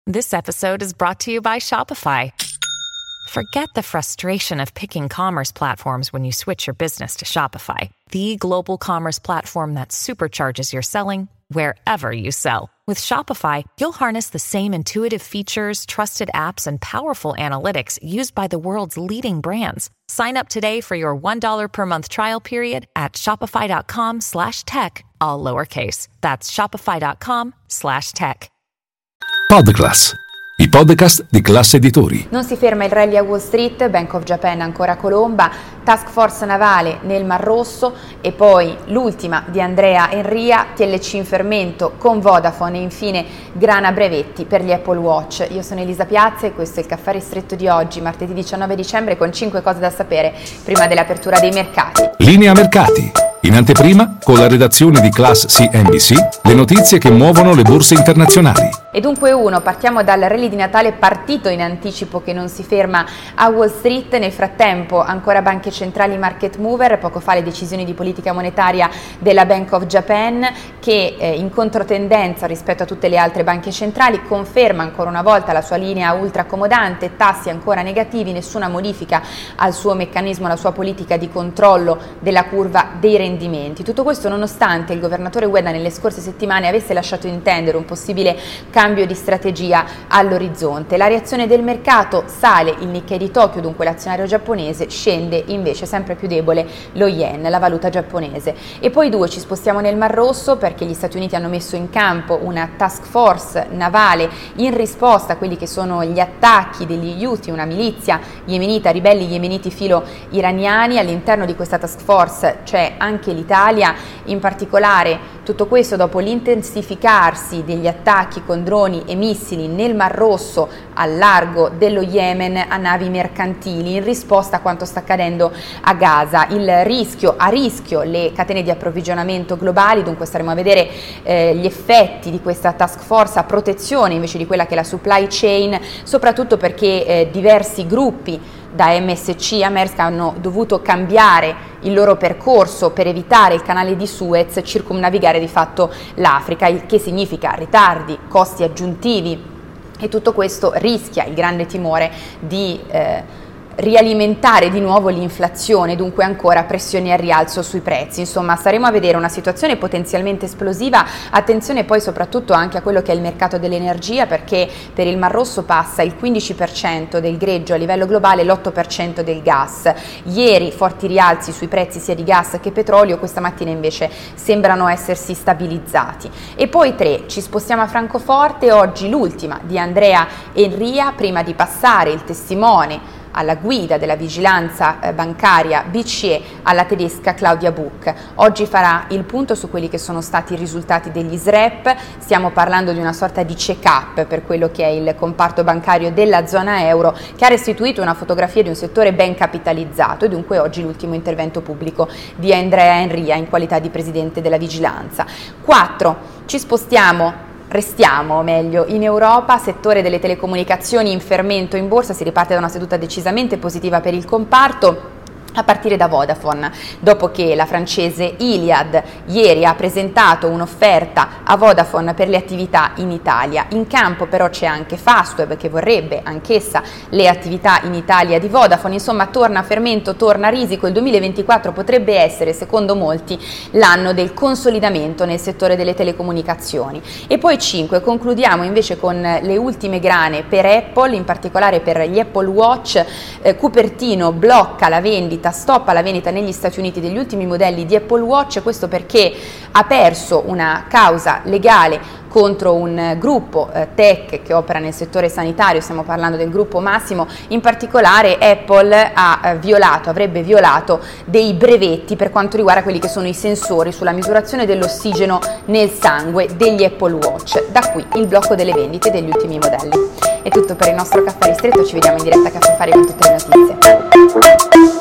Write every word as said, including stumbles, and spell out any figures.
This episode is brought to you by Shopify. Forget the frustration of picking commerce platforms when you switch your business to Shopify, the global commerce platform that supercharges your selling wherever you sell. With Shopify, you'll harness the same intuitive features, trusted apps, and powerful analytics used by the world's leading brands. Sign up today for your one dollar per month trial period at shopify.com slash tech, all lowercase. That's shopify.com slash tech. Podclass, i podcast di Class Editori. Non si ferma il rally a Wall Street, Bank of Japan ancora colomba, task force navale nel Mar Rosso e poi l'ultima di Andrea Enria, T L C in fermento con Vodafone e infine grana brevetti per gli Apple Watch. Io sono Elisa Piazza e questo è il caffè ristretto di oggi, martedì diciannove dicembre, con cinque cose da sapere prima dell'apertura dei mercati. Linea mercati. In anteprima, con la redazione di Class C N B C, le notizie che muovono le borse internazionali. E dunque uno, partiamo dal rally di Natale partito in anticipo che non si ferma a Wall Street. Nel frattempo ancora banche centrali market mover, poco fa le decisioni di politica monetaria della Bank of Japan che eh, in controtendenza rispetto a tutte le altre banche centrali conferma ancora una volta la sua linea ultra accomodante, tassi ancora negativi, nessuna modifica al suo meccanismo, alla sua politica di controllo della curva dei rendimenti. Tutto questo nonostante il governatore Ueda nelle scorse settimane avesse lasciato intendere un possibile cambio di strategia all'orizzonte. La reazione del mercato: sale il Nikkei di Tokyo, dunque l'azionario giapponese, scende invece sempre più debole lo yen, la valuta giapponese. E poi due, ci spostiamo nel Mar Rosso perché gli Stati Uniti hanno messo in campo una task force navale in risposta a quelli che sono gli attacchi degli Houthi, una milizia yemenita, ribelli yemeniti filo iraniani. All'interno di questa task force c'è anche l'Italia, in particolare tutto questo dopo l'intensificarsi degli attacchi con droni e missili nel Mar Rosso al largo dello Yemen a navi mercantili in risposta a quanto sta accadendo a Gaza. Il rischio, a rischio le catene di approvvigionamento globali, dunque staremo a vedere eh, gli effetti di questa task force a protezione invece di quella che è la supply chain, soprattutto perché eh, diversi gruppi da M S C a Maersk hanno dovuto cambiare il loro percorso per evitare il canale di Suez, circumnavigare di fatto l'Africa, il che significa ritardi, costi aggiuntivi e tutto questo rischia, il grande timore di eh, rialimentare di nuovo l'inflazione, dunque ancora pressioni al rialzo sui prezzi. Insomma, staremo a vedere una situazione potenzialmente esplosiva. Attenzione poi soprattutto anche a quello che è il mercato dell'energia, perché per il Mar Rosso passa il quindici per cento del greggio a livello globale, l'otto per cento del gas. Ieri forti rialzi sui prezzi sia di gas che petrolio, questa mattina invece sembrano essersi stabilizzati. E poi tre, ci spostiamo a Francoforte, oggi l'ultima di Andrea Enria prima di passare il testimone alla guida della vigilanza bancaria B C E alla tedesca Claudia Buch. Oggi farà il punto su quelli che sono stati i risultati degli S R E P, stiamo parlando di una sorta di check-up per quello che è il comparto bancario della zona euro, che ha restituito una fotografia di un settore ben capitalizzato e dunque oggi l'ultimo intervento pubblico di Andrea Enria in qualità di presidente della vigilanza. quattro. Ci spostiamo Restiamo meglio in Europa, settore delle telecomunicazioni in fermento in borsa, si riparte da una seduta decisamente positiva per il comparto. A partire da Vodafone, dopo che la francese Iliad ieri ha presentato un'offerta a Vodafone per le attività in Italia. In campo però c'è anche Fastweb che vorrebbe anch'essa le attività in Italia di Vodafone. Insomma, torna fermento, torna risico. Il duemilaventiquattro potrebbe essere, secondo molti, l'anno del consolidamento nel settore delle telecomunicazioni. E poi cinque, concludiamo invece con le ultime grane per Apple, in particolare per gli Apple Watch. eh, Cupertino blocca la vendita, stoppa la vendita negli Stati Uniti degli ultimi modelli di Apple Watch, questo perché ha perso una causa legale contro un gruppo eh, tech che opera nel settore sanitario, stiamo parlando del gruppo Massimo. In particolare Apple ha eh, violato, avrebbe violato dei brevetti per quanto riguarda quelli che sono i sensori sulla misurazione dell'ossigeno nel sangue degli Apple Watch, da qui il blocco delle vendite degli ultimi modelli. È tutto per il nostro caffè ristretto, ci vediamo in diretta a Caffè Affari con tutte le notizie.